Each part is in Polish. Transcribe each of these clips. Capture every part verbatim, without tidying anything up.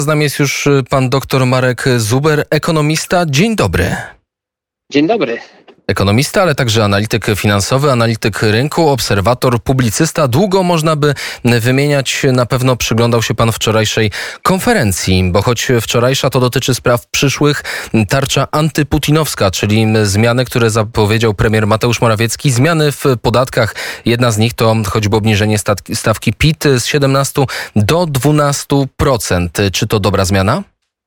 Z nami jest już pan doktor Marek Zuber, ekonomista. Dzień dobry. Dzień dobry. Ekonomista, ale także analityk finansowy, analityk rynku, obserwator, publicysta. Długo można by wymieniać. Na pewno przyglądał się pan wczorajszej konferencji, bo choć wczorajsza to dotyczy spraw przyszłych, tarcza antyputinowska, czyli zmiany, które zapowiedział premier Mateusz Morawiecki, zmiany w podatkach. Jedna z nich to choćby obniżenie stawki P I T z siedemnastu do dwunastu procent. Czy to dobra zmiana?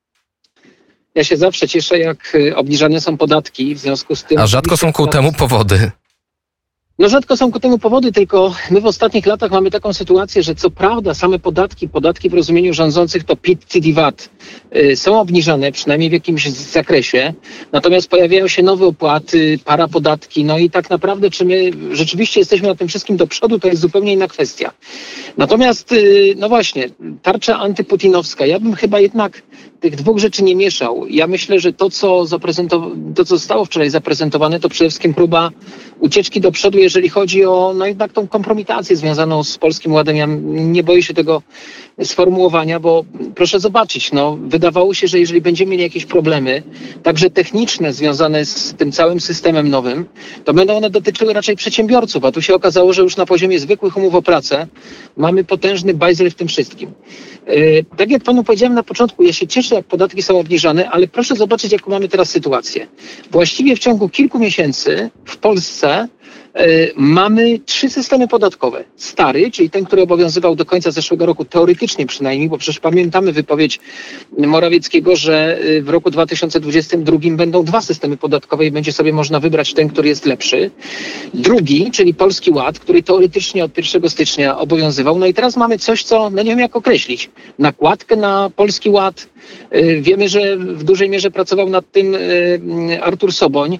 Ja się zawsze cieszę, jak obniżane są podatki, w związku z tym... A rzadko są ku temu powody. No rzadko są ku temu powody, tylko my w ostatnich latach mamy taką sytuację, że co prawda same podatki, podatki w rozumieniu rządzących to P I T, C I T i V A T y, są obniżane, przynajmniej w jakimś zakresie, natomiast pojawiają się nowe opłaty, parapodatki, no i tak naprawdę czy my rzeczywiście jesteśmy na tym wszystkim do przodu, to jest zupełnie inna kwestia. Natomiast, y, no właśnie, tarcza antyputinowska, ja bym chyba jednak tych dwóch rzeczy nie mieszał. Ja myślę, że to, co zaprezentow- to, co zostało wczoraj zaprezentowane, to przede wszystkim próba ucieczki do przodu, jeżeli chodzi o no jednak tą kompromitację związaną z Polskim Ładem. Ja nie boję się tego sformułowania, bo proszę zobaczyć, no wydawało się, że jeżeli będziemy mieli jakieś problemy, także techniczne związane z tym całym systemem nowym, to będą one dotyczyły raczej przedsiębiorców, a tu się okazało, że już na poziomie zwykłych umów o pracę mamy potężny bajzel w tym wszystkim. Yy, tak jak panu powiedziałem na początku, ja się cieszę, jak podatki są obniżane, ale proszę zobaczyć, jaką mamy teraz sytuację. Właściwie w ciągu kilku miesięcy w Polsce yy, mamy trzy systemy podatkowe. Stary, czyli ten, który obowiązywał do końca zeszłego roku, teoretycznie przynajmniej, bo przecież pamiętamy wypowiedź Morawieckiego, że w roku dwa tysiące dwudziestym drugim będą dwa systemy podatkowe i będzie sobie można wybrać ten, który jest lepszy. Drugi, czyli Polski Ład, który teoretycznie od pierwszego stycznia obowiązywał. No i teraz mamy coś, co no nie wiem jak określić. Nakładkę na Polski Ład. Wiemy, że w dużej mierze pracował nad tym Artur Soboń.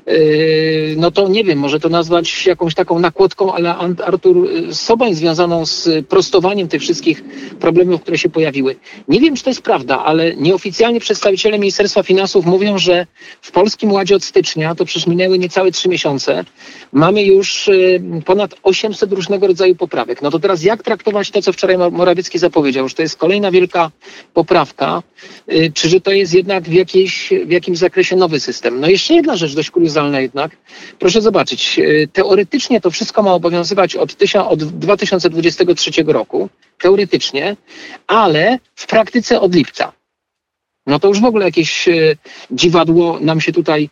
No to nie wiem, może to nazwać jakąś taką nakładką, ale Artur Soboń związaną z prostowaniem tych wszystkich problemów, które się pojawiły. Nie wiem, czy to jest prawda, ale nieoficjalnie przedstawiciele Ministerstwa Finansów mówią, że w Polskim Ładzie od stycznia, to przecież minęły niecałe trzy miesiące, mamy już ponad osiemset różnego rodzaju poprawek. No to teraz jak traktować to, co wczoraj Morawiecki zapowiedział, że to jest kolejna wielka poprawka, czy że to jest jednak w, jakiejś, w jakimś zakresie nowy system. No jeszcze jedna rzecz dość kuriozalna jednak. Proszę zobaczyć, teoretycznie to wszystko ma obowiązywać od, tysiąc, od dwa tysiące dwudziestego trzeciego roku, teoretycznie, ale w praktyce od lipca. No to już w ogóle jakieś dziwadło nam się tutaj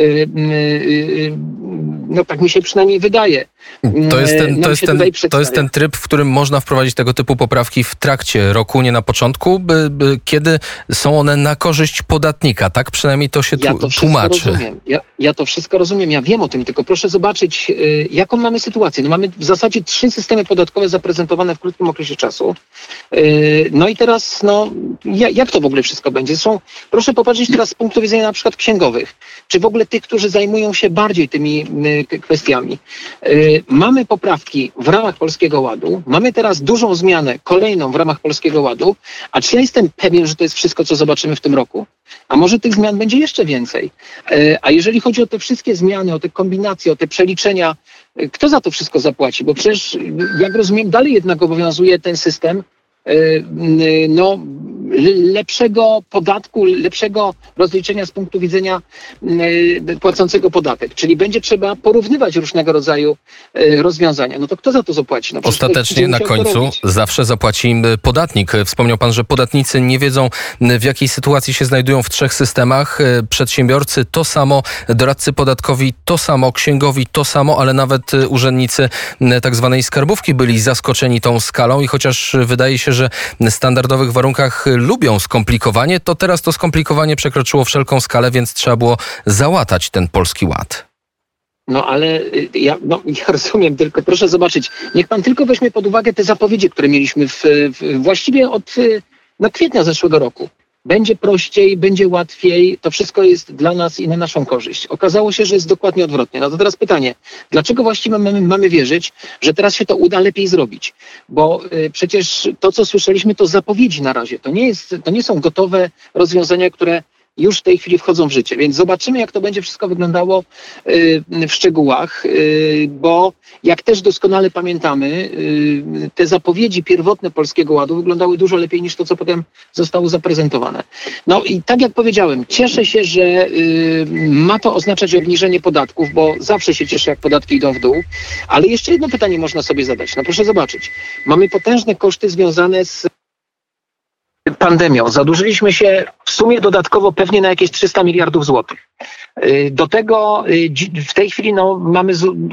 no tak mi się przynajmniej wydaje. To jest, ten, to, jest ten, to jest ten tryb, w którym można wprowadzić tego typu poprawki w trakcie roku, nie na początku, by, by, kiedy są one na korzyść podatnika. Tak przynajmniej to się tu, ja to tłumaczy. Rozumiem. Ja, ja to wszystko rozumiem, ja wiem o tym, tylko proszę zobaczyć, yy, jaką mamy sytuację. No mamy w zasadzie trzy systemy podatkowe zaprezentowane w krótkim okresie czasu. Yy, no i teraz, no, ja, jak to w ogóle wszystko będzie? Zresztą proszę popatrzeć teraz z punktu widzenia na przykład księgowych, czy w ogóle tych, którzy zajmują się bardziej tymi yy, kwestiami. Yy, Mamy poprawki w ramach Polskiego Ładu, mamy teraz dużą zmianę, kolejną w ramach Polskiego Ładu, a czy ja jestem pewien, że to jest wszystko, co zobaczymy w tym roku? A może tych zmian będzie jeszcze więcej? A jeżeli chodzi o te wszystkie zmiany, o te kombinacje, o te przeliczenia, kto za to wszystko zapłaci? Bo przecież, jak rozumiem, dalej jednak obowiązuje ten system no, lepszego podatku, lepszego rozliczenia z punktu widzenia płacącego podatek. Czyli będzie trzeba porównywać różnego rodzaju rozwiązania. No to kto za to zapłaci? No ostatecznie na końcu zawsze zapłaci podatnik. Wspomniał pan, że podatnicy nie wiedzą, w jakiej sytuacji się znajdują w trzech systemach. Przedsiębiorcy to samo, doradcy podatkowi to samo, księgowi to samo, ale nawet urzędnicy tak zwanej skarbówki byli zaskoczeni tą skalą i chociaż wydaje się, że w standardowych warunkach lubią skomplikowanie, to teraz to skomplikowanie przekroczyło wszelką skalę, więc trzeba było załatać ten Polski Ład. No ale ja, no, ja rozumiem, tylko proszę zobaczyć, niech pan tylko weźmie pod uwagę te zapowiedzi, które mieliśmy w, w, właściwie od no, kwietnia zeszłego roku. Będzie prościej, będzie łatwiej, to wszystko jest dla nas i na naszą korzyść. Okazało się, że jest dokładnie odwrotnie. No to teraz pytanie, dlaczego właściwie mamy, mamy wierzyć, że teraz się to uda lepiej zrobić? Bo y, przecież to, co słyszeliśmy, to zapowiedzi na razie. To nie jest, to nie są gotowe rozwiązania, które już w tej chwili wchodzą w życie. Więc zobaczymy, jak to będzie wszystko wyglądało w szczegółach, bo jak też doskonale pamiętamy, te zapowiedzi pierwotne Polskiego Ładu wyglądały dużo lepiej niż to, co potem zostało zaprezentowane. No i tak jak powiedziałem, cieszę się, że ma to oznaczać obniżenie podatków, bo zawsze się cieszę, jak podatki idą w dół. Ale jeszcze jedno pytanie można sobie zadać. No proszę zobaczyć. Mamy potężne koszty związane z pandemią. Zadłużyliśmy się w sumie dodatkowo pewnie na jakieś trzysta miliardów złotych. Do tego w tej chwili no, mamy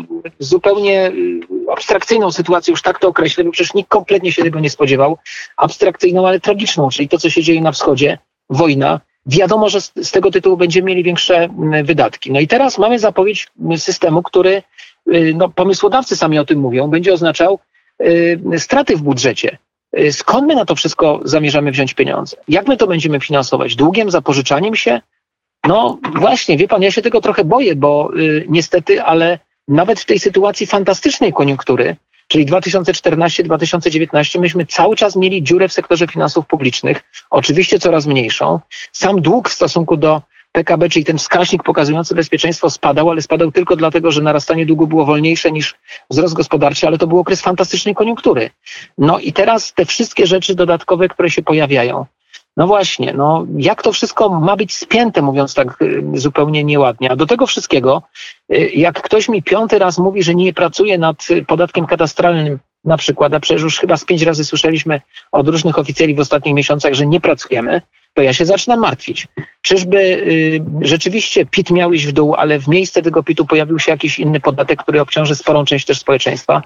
zupełnie abstrakcyjną sytuację, już tak to określę, bo przecież nikt kompletnie się tego nie spodziewał. Abstrakcyjną, ale tragiczną, czyli to, co się dzieje na wschodzie, wojna. Wiadomo, że z, z tego tytułu będziemy mieli większe wydatki. No i teraz mamy zapowiedź systemu, który, no, pomysłodawcy sami o tym mówią, będzie oznaczał y, straty w budżecie. Skąd my na to wszystko zamierzamy wziąć pieniądze? Jak my to będziemy finansować? Długiem, zapożyczaniem się? No właśnie, wie pan, ja się tego trochę boję, bo y, niestety, ale nawet w tej sytuacji fantastycznej koniunktury, czyli dwa tysiące czternasty dwa tysiące dziewiętnasty, myśmy cały czas mieli dziurę w sektorze finansów publicznych, oczywiście coraz mniejszą. Sam dług w stosunku do P K B, czyli ten wskaźnik pokazujący bezpieczeństwo, spadał, ale spadał tylko dlatego, że narastanie długu było wolniejsze niż wzrost gospodarczy, ale to był okres fantastycznej koniunktury. No i teraz te wszystkie rzeczy dodatkowe, które się pojawiają. No właśnie, no jak to wszystko ma być spięte, mówiąc tak y, zupełnie nieładnie. A do tego wszystkiego, y, jak ktoś mi piąty raz mówi, że nie pracuje nad podatkiem katastralnym na przykład, a przecież już chyba z pięć razy słyszeliśmy od różnych oficjeli w ostatnich miesiącach, że nie pracujemy, to ja się zaczynam martwić. Czyżby y, rzeczywiście P I T miał iść w dół, ale w miejsce tego P I T-u pojawił się jakiś inny podatek, który obciąży sporą część też społeczeństwa?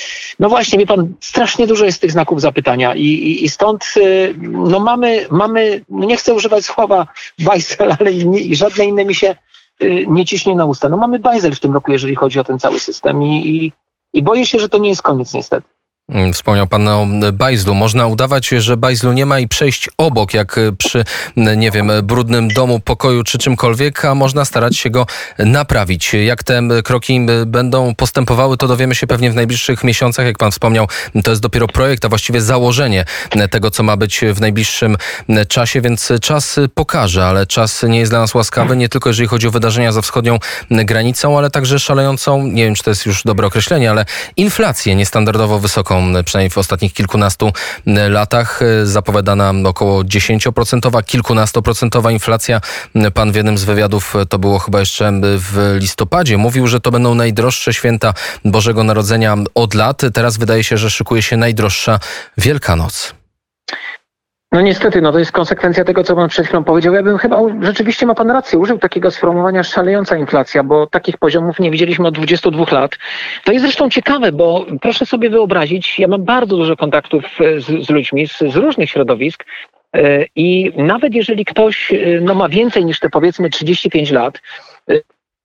No właśnie, wie pan, strasznie dużo jest tych znaków zapytania i, i, i stąd y, no mamy, mamy, no nie chcę używać słowa bajzel, ale i, nie, i żadne inne mi się y, nie ciśnie na usta. No mamy bajzel w tym roku, jeżeli chodzi o ten cały system i, i, i boję się, że to nie jest koniec niestety. Wspomniał pan o bajzlu. Można udawać, że bajzlu nie ma i przejść obok, jak przy, nie wiem, brudnym domu, pokoju czy czymkolwiek, a można starać się go naprawić. Jak te kroki będą postępowały, to dowiemy się pewnie w najbliższych miesiącach. Jak pan wspomniał, to jest dopiero projekt, a właściwie założenie tego, co ma być w najbliższym czasie, więc czas pokaże, ale czas nie jest dla nas łaskawy, nie tylko jeżeli chodzi o wydarzenia za wschodnią granicą, ale także szalejącą, nie wiem, czy to jest już dobre określenie, ale inflację niestandardowo wysoką, przynajmniej w ostatnich kilkunastu latach. Zapowiadana około dziesięcioprocentowa, kilkunastoprocentowa inflacja. Pan w jednym z wywiadów, to było chyba jeszcze w listopadzie, mówił, że to będą najdroższe święta Bożego Narodzenia od lat. Teraz wydaje się, że szykuje się najdroższa Wielkanoc. No niestety, no to jest konsekwencja tego, co pan przed chwilą powiedział. Ja bym chyba, rzeczywiście ma pan rację, użył takiego sformułowania szalejąca inflacja, bo takich poziomów nie widzieliśmy od dwudziestu dwóch lat. To jest zresztą ciekawe, bo proszę sobie wyobrazić, ja mam bardzo dużo kontaktów z, z ludźmi z, z różnych środowisk yy, i nawet jeżeli ktoś yy, no, ma więcej niż te powiedzmy trzydzieści pięć lat. Yy,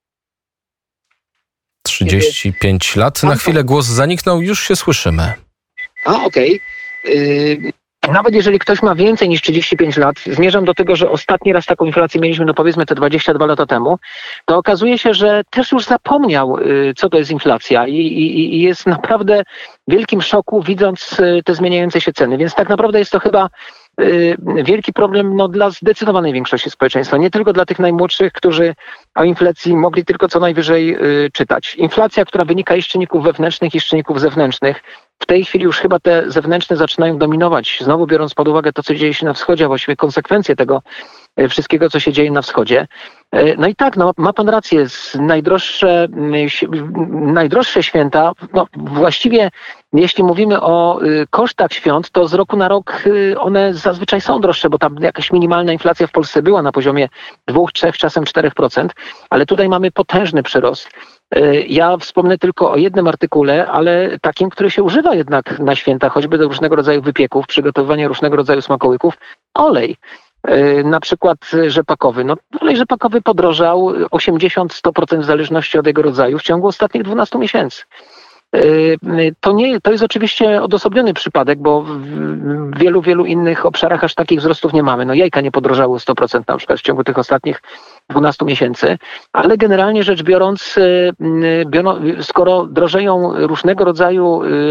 trzydzieści pięć lat. Na chwilę głos zaniknął, już się słyszymy. A, okej. Okay. Yy... Nawet jeżeli ktoś ma więcej niż trzydzieści pięć lat, zmierzam do tego, że ostatni raz taką inflację mieliśmy, no powiedzmy te dwadzieścia dwa lata temu, to okazuje się, że też już zapomniał, co to jest inflacja i, i, i jest naprawdę w wielkim szoku, widząc te zmieniające się ceny. Więc tak naprawdę jest to chyba wielki problem no, dla zdecydowanej większości społeczeństwa. Nie tylko dla tych najmłodszych, którzy o inflacji mogli tylko co najwyżej y, czytać. Inflacja, która wynika i z czynników wewnętrznych i z czynników zewnętrznych. W tej chwili już chyba te zewnętrzne zaczynają dominować. Znowu biorąc pod uwagę to, co dzieje się na wschodzie, a właściwie konsekwencje tego y, wszystkiego, co się dzieje na wschodzie. Y, no i tak, no, ma pan rację. Najdroższe, y, najdroższe święta, no właściwie jeśli mówimy o y, kosztach świąt, to z roku na rok y, one zazwyczaj są droższe, bo tam jakaś minimalna inflacja w Polsce była na poziomie dwa, trzy, czasem cztery procent, ale tutaj mamy potężny przyrost. Y, ja wspomnę tylko o jednym artykule, ale takim, który się używa jednak na święta, choćby do różnego rodzaju wypieków, przygotowywania różnego rodzaju smakołyków, olej. Na przykład rzepakowy. No, olej rzepakowy podrożał osiemdziesiąt do stu procent w zależności od jego rodzaju w ciągu ostatnich dwunastu miesięcy. To, nie, to jest oczywiście odosobniony przypadek, bo w wielu, wielu innych obszarach aż takich wzrostów nie mamy. No jajka nie podrożały o sto procent na przykład w ciągu tych ostatnich dwunastu miesięcy, ale generalnie rzecz biorąc, skoro drożeją różnego rodzaju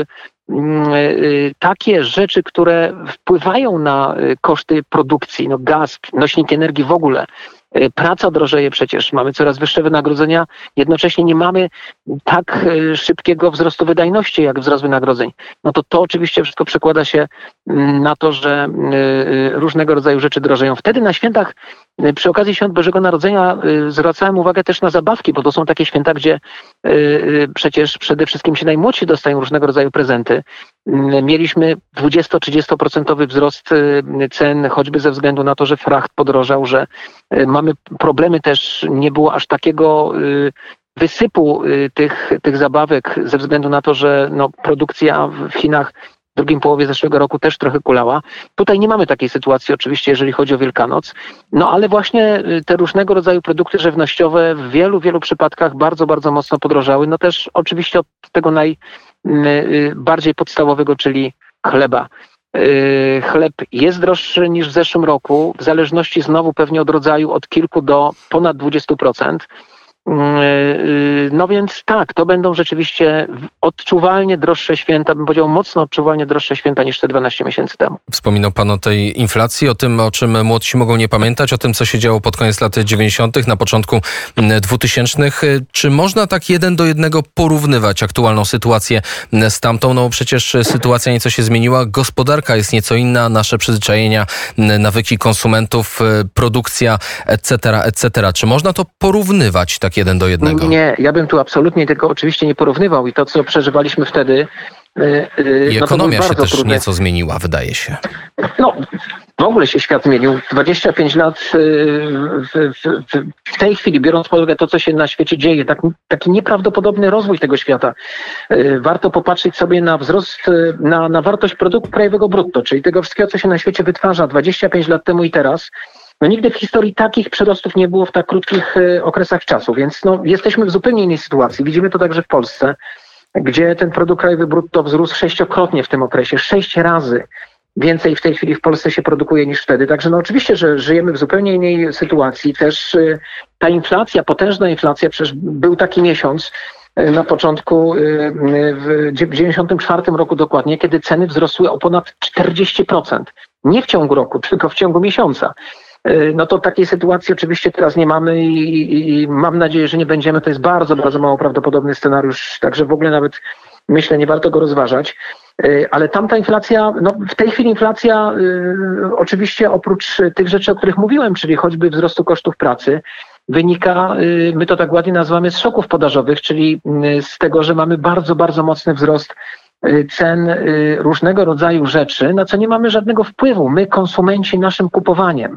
takie rzeczy, które wpływają na koszty produkcji, no gaz, nośnik energii w ogóle, praca drożeje przecież, mamy coraz wyższe wynagrodzenia, jednocześnie nie mamy tak szybkiego wzrostu wydajności jak wzrost wynagrodzeń. No to to oczywiście wszystko przekłada się na to, że różnego rodzaju rzeczy drożeją. Wtedy na świętach, przy okazji Świąt Bożego Narodzenia zwracałem uwagę też na zabawki, bo to są takie święta, gdzie przecież przede wszystkim się najmłodsi dostają różnego rodzaju prezenty. Mieliśmy dwudziesto-trzydziesto procent wzrost cen, choćby ze względu na to, że fracht podrożał, że mamy problemy też, nie było aż takiego wysypu tych, tych zabawek ze względu na to, że no, produkcja w Chinach w drugiej połowie zeszłego roku też trochę kulała. Tutaj nie mamy takiej sytuacji oczywiście, jeżeli chodzi o Wielkanoc. No ale właśnie te różnego rodzaju produkty żywnościowe w wielu, wielu przypadkach bardzo, bardzo mocno podrożały. No też oczywiście od tego najbardziej podstawowego, czyli chleba. Chleb jest droższy niż w zeszłym roku, w zależności znowu pewnie od rodzaju od kilku do ponad dwudziestu procent. No więc tak, to będą rzeczywiście odczuwalnie droższe święta, bym powiedział mocno odczuwalnie droższe święta niż te dwanaście miesięcy temu. Wspominał Pan o tej inflacji, o tym, o czym młodsi mogą nie pamiętać, o tym, co się działo pod koniec lat dziewięćdziesiątych, na początku dwutysięcznych. Czy można tak jeden do jednego porównywać aktualną sytuację z tamtą? No przecież sytuacja nieco się zmieniła, gospodarka jest nieco inna, nasze przyzwyczajenia, nawyki konsumentów, produkcja, et cetera, et cetera. Czy można to porównywać tak jeden do jednego? Nie, ja bym tu absolutnie tego oczywiście nie porównywał i to, co przeżywaliśmy wtedy... I no ekonomia się też trudne. Nieco zmieniła, wydaje się. No, w ogóle się świat zmienił. dwadzieścia pięć lat w, w, w, w tej chwili, biorąc pod uwagę to, co się na świecie dzieje, tak, taki nieprawdopodobny rozwój tego świata. Warto popatrzeć sobie na wzrost, na, na wartość produktu krajowego brutto, czyli tego wszystkiego, co się na świecie wytwarza dwadzieścia pięć lat temu i teraz. No nigdy w historii takich przyrostów nie było w tak krótkich okresach czasu, więc no, jesteśmy w zupełnie innej sytuacji. Widzimy to także w Polsce, gdzie ten produkt krajowy brutto wzrósł sześciokrotnie w tym okresie, sześć razy więcej w tej chwili w Polsce się produkuje niż wtedy. Także no oczywiście, że żyjemy w zupełnie innej sytuacji. Też y, ta inflacja, potężna inflacja, przecież był taki miesiąc y, na początku, y, w dziewięćdziesiątym czwartym roku dokładnie, kiedy ceny wzrosły o ponad czterdzieści procent. Nie w ciągu roku, tylko w ciągu miesiąca. No to takiej sytuacji oczywiście teraz nie mamy i, i, i mam nadzieję, że nie będziemy. To jest bardzo, bardzo mało prawdopodobny scenariusz, także w ogóle nawet myślę, nie warto go rozważać. Ale tamta inflacja, no w tej chwili inflacja y, oczywiście oprócz tych rzeczy, o których mówiłem, czyli choćby wzrostu kosztów pracy, wynika, y, my to tak ładnie nazywamy, z szoków podażowych, czyli y, z tego, że mamy bardzo, bardzo mocny wzrost cen różnego rodzaju rzeczy, na co nie mamy żadnego wpływu. My, konsumenci, naszym kupowaniem.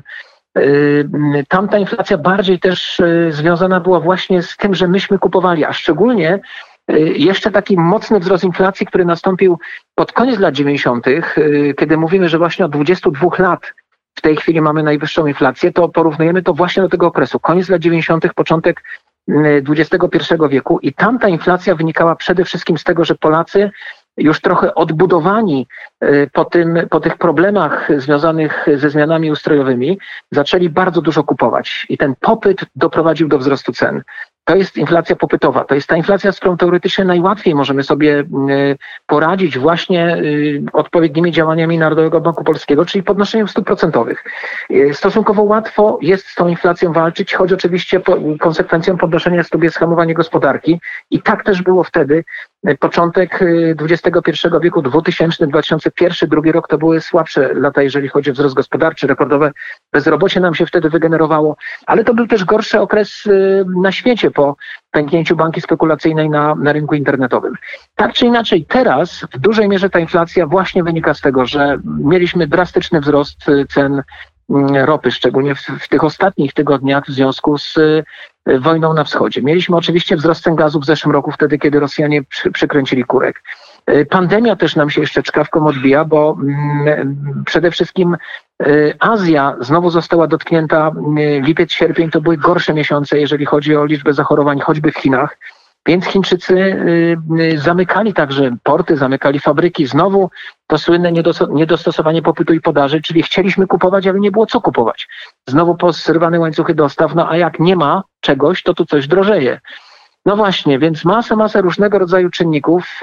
Tamta inflacja bardziej też związana była właśnie z tym, że myśmy kupowali, a szczególnie jeszcze taki mocny wzrost inflacji, który nastąpił pod koniec lat dziewięćdziesiątych, kiedy mówimy, że właśnie od dwudziestu dwóch lat w tej chwili mamy najwyższą inflację, to porównujemy to właśnie do tego okresu. Koniec lat dziewięćdziesiątych, początek dwudziestego pierwszego wieku i tamta inflacja wynikała przede wszystkim z tego, że Polacy już trochę odbudowani po, tym, po tych problemach związanych ze zmianami ustrojowymi, zaczęli bardzo dużo kupować. I ten popyt doprowadził do wzrostu cen. To jest inflacja popytowa. To jest ta inflacja, z którą teoretycznie najłatwiej możemy sobie poradzić właśnie odpowiednimi działaniami Narodowego Banku Polskiego, czyli podnoszeniem stóp procentowych. Stosunkowo łatwo jest z tą inflacją walczyć, choć oczywiście konsekwencją podnoszenia stóp jest hamowanie gospodarki. I tak też było wtedy. Początek dwudziestego pierwszego wieku, dwutysięczny, dwa tysiące pierwszy, drugi rok to były słabsze lata, jeżeli chodzi o wzrost gospodarczy. Rekordowe bezrobocie nam się wtedy wygenerowało, ale to był też gorszy okres na świecie po pęknięciu bańki spekulacyjnej na, na rynku internetowym. Tak czy inaczej, teraz w dużej mierze ta inflacja właśnie wynika z tego, że mieliśmy drastyczny wzrost cen ropy, szczególnie w, w tych ostatnich tygodniach w związku z wojną na wschodzie. Mieliśmy oczywiście wzrost cen gazu w zeszłym roku, wtedy kiedy Rosjanie przy, przykręcili kurek. Pandemia też nam się jeszcze czkawką odbija, bo mm, przede wszystkim y, Azja znowu została dotknięta. Y, lipiec, sierpień to były gorsze miesiące, jeżeli chodzi o liczbę zachorowań, choćby w Chinach. Więc Chińczycy y, y, zamykali także porty, zamykali fabryki. Znowu to słynne niedos- niedostosowanie popytu i podaży, czyli chcieliśmy kupować, ale nie było co kupować. Znowu pozrywane łańcuchy dostaw, no a jak nie ma czegoś, to tu coś drożeje. No właśnie, więc masę, masę różnego rodzaju czynników.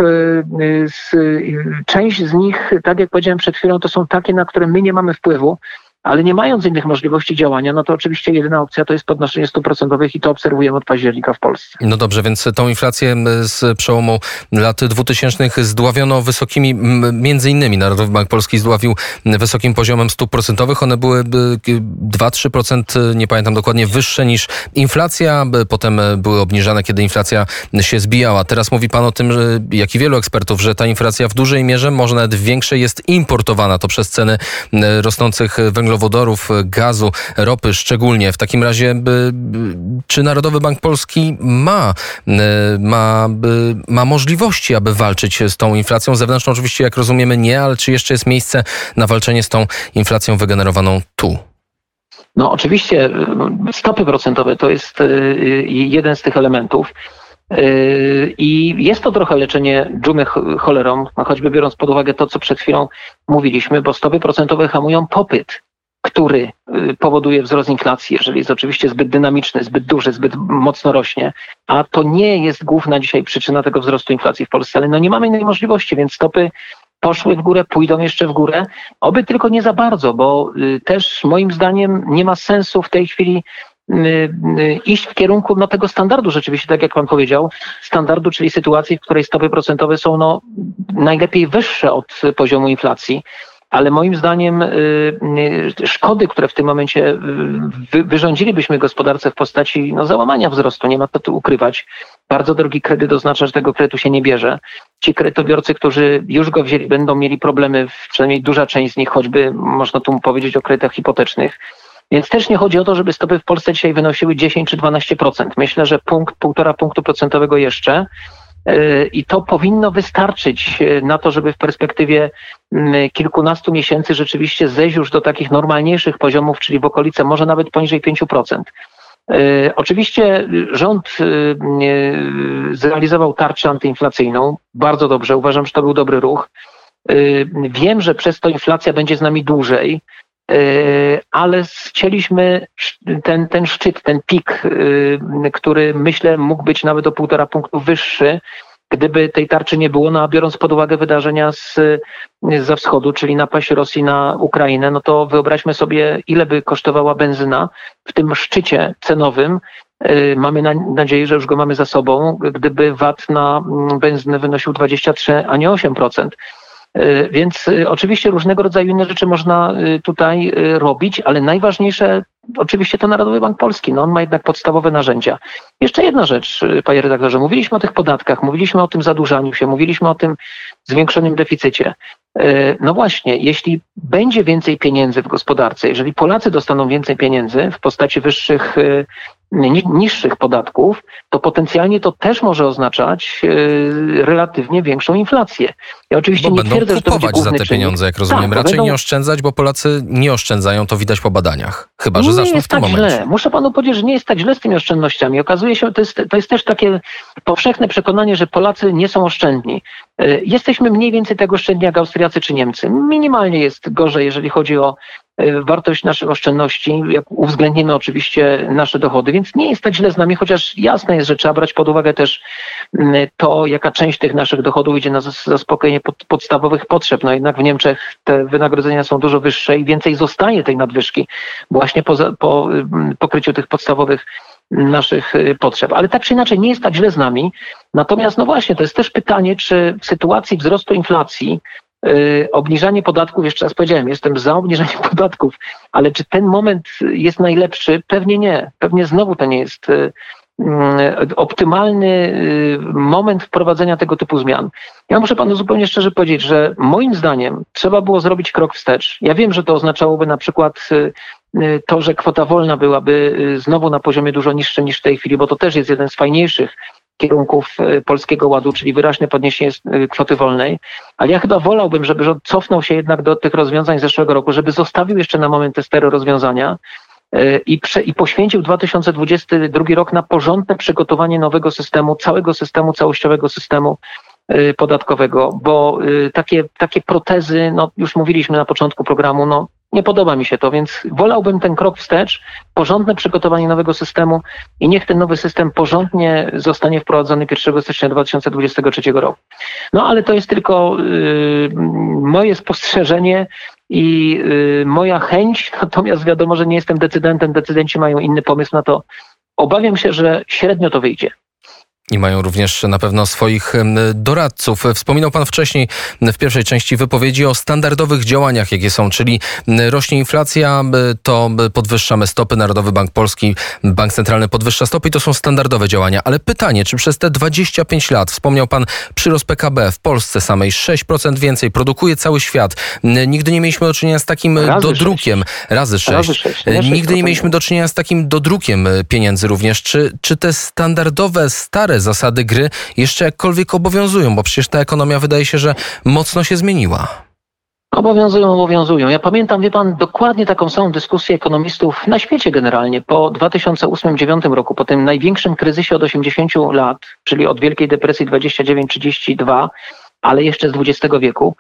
Część z nich, tak jak powiedziałem przed chwilą, to są takie, na które my nie mamy wpływu, ale nie mając innych możliwości działania, no to oczywiście jedyna opcja to jest podnoszenie stóp procentowych i to obserwujemy od października w Polsce. No dobrze, więc tą inflację z przełomu lat dwutysięcznych zdławiono wysokimi, między innymi Narodowy Bank Polski zdławił wysokim poziomem stóp procentowych. One były dwa do trzech procent, nie pamiętam dokładnie, wyższe niż inflacja. Potem były obniżane, kiedy inflacja się zbijała. Teraz mówi pan o tym, że, jak i wielu ekspertów, że ta inflacja w dużej mierze, może nawet w większej, jest importowana. To przez ceny rosnących węglowodorów, węglowodorów, gazu, ropy szczególnie. W takim razie czy Narodowy Bank Polski ma, ma, ma możliwości, aby walczyć z tą inflacją zewnętrzną? Oczywiście, jak rozumiemy, nie, ale czy jeszcze jest miejsce na walczenie z tą inflacją wygenerowaną tu? No oczywiście stopy procentowe to jest jeden z tych elementów. I jest to trochę leczenie dżumy cholerą, choćby biorąc pod uwagę to, co przed chwilą mówiliśmy, bo stopy procentowe hamują popyt, który powoduje wzrost inflacji, jeżeli jest oczywiście zbyt dynamiczny, zbyt duży, zbyt mocno rośnie, a to nie jest główna dzisiaj przyczyna tego wzrostu inflacji w Polsce, ale no nie mamy innej możliwości, więc stopy poszły w górę, pójdą jeszcze w górę, oby tylko nie za bardzo, bo też moim zdaniem nie ma sensu w tej chwili iść w kierunku no, tego standardu rzeczywiście, tak jak pan powiedział, standardu, czyli sytuacji, w której stopy procentowe są no, najlepiej wyższe od poziomu inflacji, ale moim zdaniem y, y, szkody, które w tym momencie wy, wyrządzilibyśmy gospodarce w postaci no, załamania wzrostu, nie ma co tu ukrywać. Bardzo drogi kredyt oznacza, że tego kredytu się nie bierze. Ci kredytobiorcy, którzy już go wzięli, będą mieli problemy, przynajmniej duża część z nich, choćby można tu powiedzieć o kredytach hipotecznych. Więc też nie chodzi o to, żeby stopy w Polsce dzisiaj wynosiły dziesięć czy dwanaście procent. Myślę, że punkt, półtora punktu procentowego jeszcze yy, i to powinno wystarczyć na to, żeby w perspektywie yy, kilkunastu miesięcy rzeczywiście zejść już do takich normalniejszych poziomów, czyli w okolice może nawet poniżej pięć procent. Yy, oczywiście rząd yy, zrealizował tarczę antyinflacyjną. Bardzo dobrze. Uważam, że to był dobry ruch. Yy, wiem, że przez to inflacja będzie z nami dłużej, ale chcieliśmy ten, ten szczyt, ten pik, który myślę mógł być nawet o półtora punktu wyższy, gdyby tej tarczy nie było, no a biorąc pod uwagę wydarzenia z, ze wschodu, czyli napaść Rosji na Ukrainę, no to wyobraźmy sobie, ile by kosztowała benzyna w tym szczycie cenowym. Mamy na, nadzieję, że już go mamy za sobą, gdyby V A T na benzynę wynosił dwadzieścia trzy, a nie osiem procent. Więc oczywiście różnego rodzaju inne rzeczy można tutaj robić, ale najważniejsze oczywiście to Narodowy Bank Polski. No on ma jednak podstawowe narzędzia. Jeszcze jedna rzecz, panie redaktorze. Mówiliśmy o tych podatkach, mówiliśmy o tym zadłużaniu się, mówiliśmy o tym zwiększonym deficycie. No właśnie, jeśli będzie więcej pieniędzy w gospodarce, jeżeli Polacy dostaną więcej pieniędzy w postaci wyższych, niższych podatków, to potencjalnie to też może oznaczać relatywnie większą inflację. Ja oczywiście bo nie będą twierdzę, że to będzie kupować za te czynnik. pieniądze, jak rozumiem. Tak, Raczej będą... nie oszczędzać, bo Polacy nie oszczędzają, to widać po badaniach. Chyba że zaczną w tym tak momencie. Źle. Muszę panu powiedzieć, że nie jest tak źle z tymi oszczędnościami. Okazuje się, to jest, to jest też takie powszechne przekonanie, że Polacy nie są oszczędni. Jesteśmy mniej więcej tak oszczędni jak Austriacy czy Niemcy. Minimalnie jest gorzej, jeżeli chodzi o wartość naszych oszczędności, jak uwzględnimy oczywiście nasze dochody, więc nie jest tak źle z nami, chociaż jasne jest, że trzeba brać pod uwagę też to, jaka część tych naszych dochodów idzie na zaspokojenie pod, podstawowych potrzeb. No jednak w Niemczech te wynagrodzenia są dużo wyższe i więcej zostaje tej nadwyżki właśnie po, po pokryciu tych podstawowych naszych potrzeb. Ale tak czy inaczej nie jest tak źle z nami. Natomiast no właśnie, to jest też pytanie, czy w sytuacji wzrostu inflacji Yy, obniżanie podatków, jeszcze raz powiedziałem, jestem za obniżaniem podatków, ale czy ten moment jest najlepszy? Pewnie nie. Pewnie znowu to nie jest yy, yy, optymalny yy, moment wprowadzenia tego typu zmian. Ja muszę panu zupełnie szczerze powiedzieć, że moim zdaniem trzeba było zrobić krok wstecz. Ja wiem, że to oznaczałoby na przykład yy, to, że kwota wolna byłaby yy, znowu na poziomie dużo niższym niż w tej chwili, bo to też jest jeden z fajniejszych kierunków Polskiego Ładu, czyli wyraźne podniesienie kwoty wolnej, ale ja chyba wolałbym, żeby rząd cofnął się jednak do tych rozwiązań z zeszłego roku, żeby zostawił jeszcze na moment te stare rozwiązania i, prze, i poświęcił dwa tysiące dwudziesty drugi rok na porządne przygotowanie nowego systemu, całego systemu, całościowego systemu podatkowego, bo takie, takie protezy, no już mówiliśmy na początku programu, no Nie podoba mi się to, więc wolałbym ten krok wstecz, porządne przygotowanie nowego systemu i niech ten nowy system porządnie zostanie wprowadzony pierwszego stycznia dwa tysiące dwudziestego trzeciego roku. No ale to jest tylko yy, moje spostrzeżenie i yy, moja chęć, natomiast wiadomo, że nie jestem decydentem, decydenci mają inny pomysł na to. Obawiam się, że średnio to wyjdzie. I mają również na pewno swoich doradców. Wspominał pan wcześniej w pierwszej części wypowiedzi o standardowych działaniach, jakie są, czyli rośnie inflacja, to podwyższamy stopy, Narodowy Bank Polski, Bank Centralny podwyższa stopy i to są standardowe działania. Ale pytanie, czy przez te dwadzieścia pięć lat, wspomniał pan przyrost P K B w Polsce samej sześć procent więcej, produkuje cały świat. Nigdy nie mieliśmy do czynienia z takim razy dodrukiem. sześć. Razy sześć. Razy sześć. Nie Nigdy sześć procent. Nie mieliśmy do czynienia z takim dodrukiem pieniędzy również. Czy, czy te standardowe, stare zasady gry jeszcze jakkolwiek obowiązują, bo przecież ta ekonomia wydaje się, że mocno się zmieniła. Obowiązują, obowiązują. Ja pamiętam, wie pan, dokładnie taką samą dyskusję ekonomistów na świecie generalnie po dwa tysiące ósmym dwa tysiące dziewiątym roku, po tym największym kryzysie od osiemdziesięciu lat, czyli od Wielkiej Depresji dwadzieścia dziewięć trzydzieści dwa, ale jeszcze z dwudziestego wieku.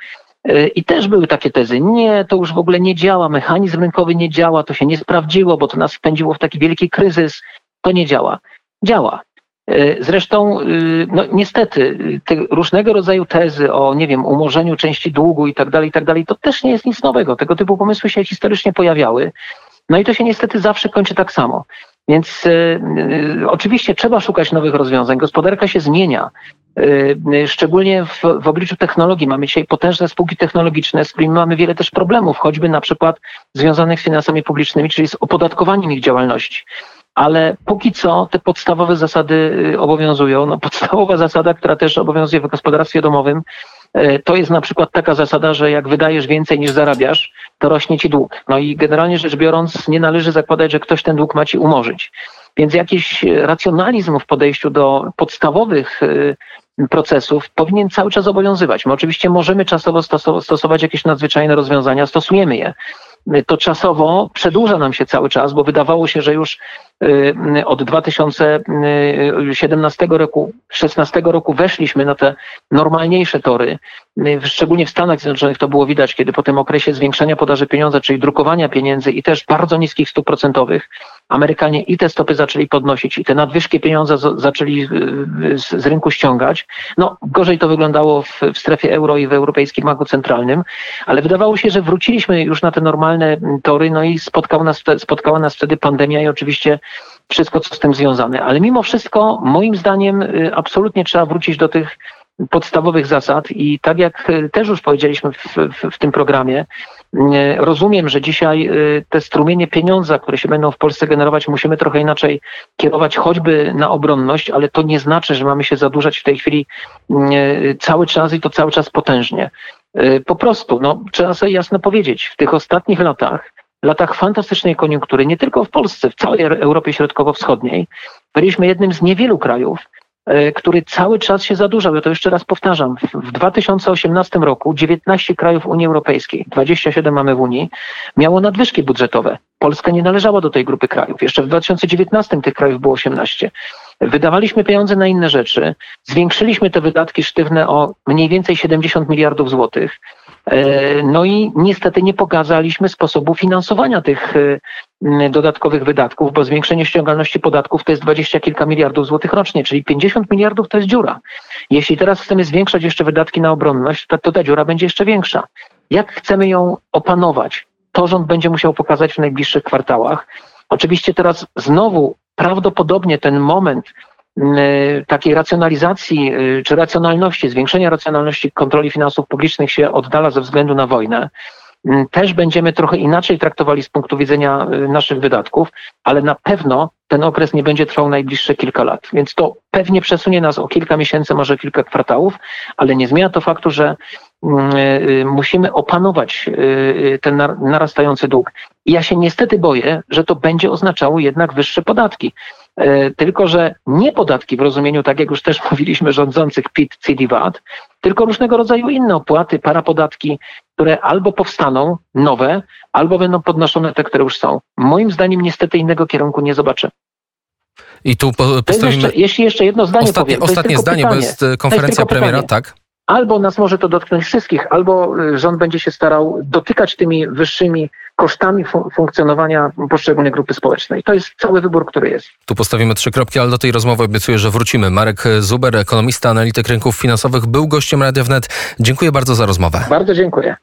I też były takie tezy. Nie, to już w ogóle nie działa, mechanizm rynkowy nie działa, to się nie sprawdziło, bo to nas wpędziło w taki wielki kryzys. To nie działa. Działa. Zresztą, no niestety, te różnego rodzaju tezy o, nie wiem, umorzeniu części długu i tak dalej, i tak dalej, to też nie jest nic nowego. Tego typu pomysły się historycznie pojawiały. No i to się niestety zawsze kończy tak samo. Więc y, y, oczywiście trzeba szukać nowych rozwiązań. Gospodarka się zmienia. Y, y, szczególnie w, w obliczu technologii. Mamy dzisiaj potężne spółki technologiczne, z którymi mamy wiele też problemów, choćby na przykład związanych z finansami publicznymi, czyli z opodatkowaniem ich działalności. Ale póki co te podstawowe zasady obowiązują. No, podstawowa zasada, która też obowiązuje w gospodarstwie domowym, to jest na przykład taka zasada, że jak wydajesz więcej niż zarabiasz, to rośnie ci dług. No i generalnie rzecz biorąc nie należy zakładać, że ktoś ten dług ma ci umorzyć. Więc jakiś racjonalizm w podejściu do podstawowych procesów powinien cały czas obowiązywać. My oczywiście możemy czasowo stosować jakieś nadzwyczajne rozwiązania, stosujemy je. To czasowo przedłuża nam się cały czas, bo wydawało się, że już od dwa tysiące siedemnastego roku, szesnastego roku weszliśmy na te normalniejsze tory. Szczególnie w Stanach Zjednoczonych to było widać, kiedy po tym okresie zwiększenia podaży pieniądza, czyli drukowania pieniędzy i też bardzo niskich stóp procentowych, Amerykanie i te stopy zaczęli podnosić i te nadwyżki pieniądza z, zaczęli z, z rynku ściągać. No gorzej to wyglądało w, w strefie euro i w Europejskim Banku Centralnym, ale wydawało się, że wróciliśmy już na te normalne tory, no i spotkał nas, spotkała nas wtedy pandemia i oczywiście wszystko, co z tym związane. Ale mimo wszystko, moim zdaniem, absolutnie trzeba wrócić do tych podstawowych zasad i tak jak też już powiedzieliśmy w, w, w tym programie, rozumiem, że dzisiaj te strumienie pieniądza, które się będą w Polsce generować, musimy trochę inaczej kierować choćby na obronność, ale to nie znaczy, że mamy się zadłużać w tej chwili cały czas i to cały czas potężnie. Po prostu, no, trzeba sobie jasno powiedzieć, w tych ostatnich latach, latach fantastycznej koniunktury, nie tylko w Polsce, w całej Europie Środkowo-Wschodniej, byliśmy jednym z niewielu krajów, który cały czas się zadłużał. Ja to jeszcze raz powtarzam. W dwa tysiące osiemnastym roku dziewiętnaście krajów Unii Europejskiej, dwadzieścia siedem mamy w Unii, miało nadwyżki budżetowe. Polska nie należała do tej grupy krajów. Jeszcze w dwa tysiące dziewiętnastym tych krajów było osiemnaście. Wydawaliśmy pieniądze na inne rzeczy. Zwiększyliśmy te wydatki sztywne o mniej więcej siedemdziesiąt miliardów złotych. No i niestety nie pokazaliśmy sposobu finansowania tych dodatkowych wydatków, bo zwiększenie ściągalności podatków to jest dwadzieścia kilka miliardów złotych rocznie, czyli pięćdziesiąt miliardów to jest dziura. Jeśli teraz chcemy zwiększać jeszcze wydatki na obronność, to, to ta dziura będzie jeszcze większa. Jak chcemy ją opanować? To rząd będzie musiał pokazać w najbliższych kwartałach. Oczywiście teraz znowu prawdopodobnie ten moment takiej racjonalizacji czy racjonalności, zwiększenia racjonalności kontroli finansów publicznych się oddala ze względu na wojnę. Też będziemy trochę inaczej traktowali z punktu widzenia naszych wydatków, ale na pewno ten okres nie będzie trwał najbliższe kilka lat. Więc to pewnie przesunie nas o kilka miesięcy, może kilka kwartałów, ale nie zmienia to faktu, że musimy opanować ten narastający dług. I ja się niestety boję, że to będzie oznaczało jednak wyższe podatki. Tylko że nie podatki w rozumieniu, tak jak już też mówiliśmy, rządzących P I T, C D, V A T, tylko różnego rodzaju inne opłaty, parapodatki, które albo powstaną nowe, albo będą podnoszone te, które już są. Moim zdaniem niestety innego kierunku nie zobaczę. I tu postawimy... Jeszcze, jeśli jeszcze jedno zdanie Ostatnie, powiem. ostatnie zdanie, pytanie. Bo jest konferencja jest premiera, pytanie. Tak? Albo nas może to dotknąć wszystkich, albo rząd będzie się starał dotykać tymi wyższymi kosztami fun- funkcjonowania poszczególnej grupy społecznej. To jest cały wybór, który jest. Tu postawimy trzy kropki, ale do tej rozmowy obiecuję, że wrócimy. Marek Zuber, ekonomista, analityk rynków finansowych, był gościem Radia Wnet. Dziękuję bardzo za rozmowę. Bardzo dziękuję.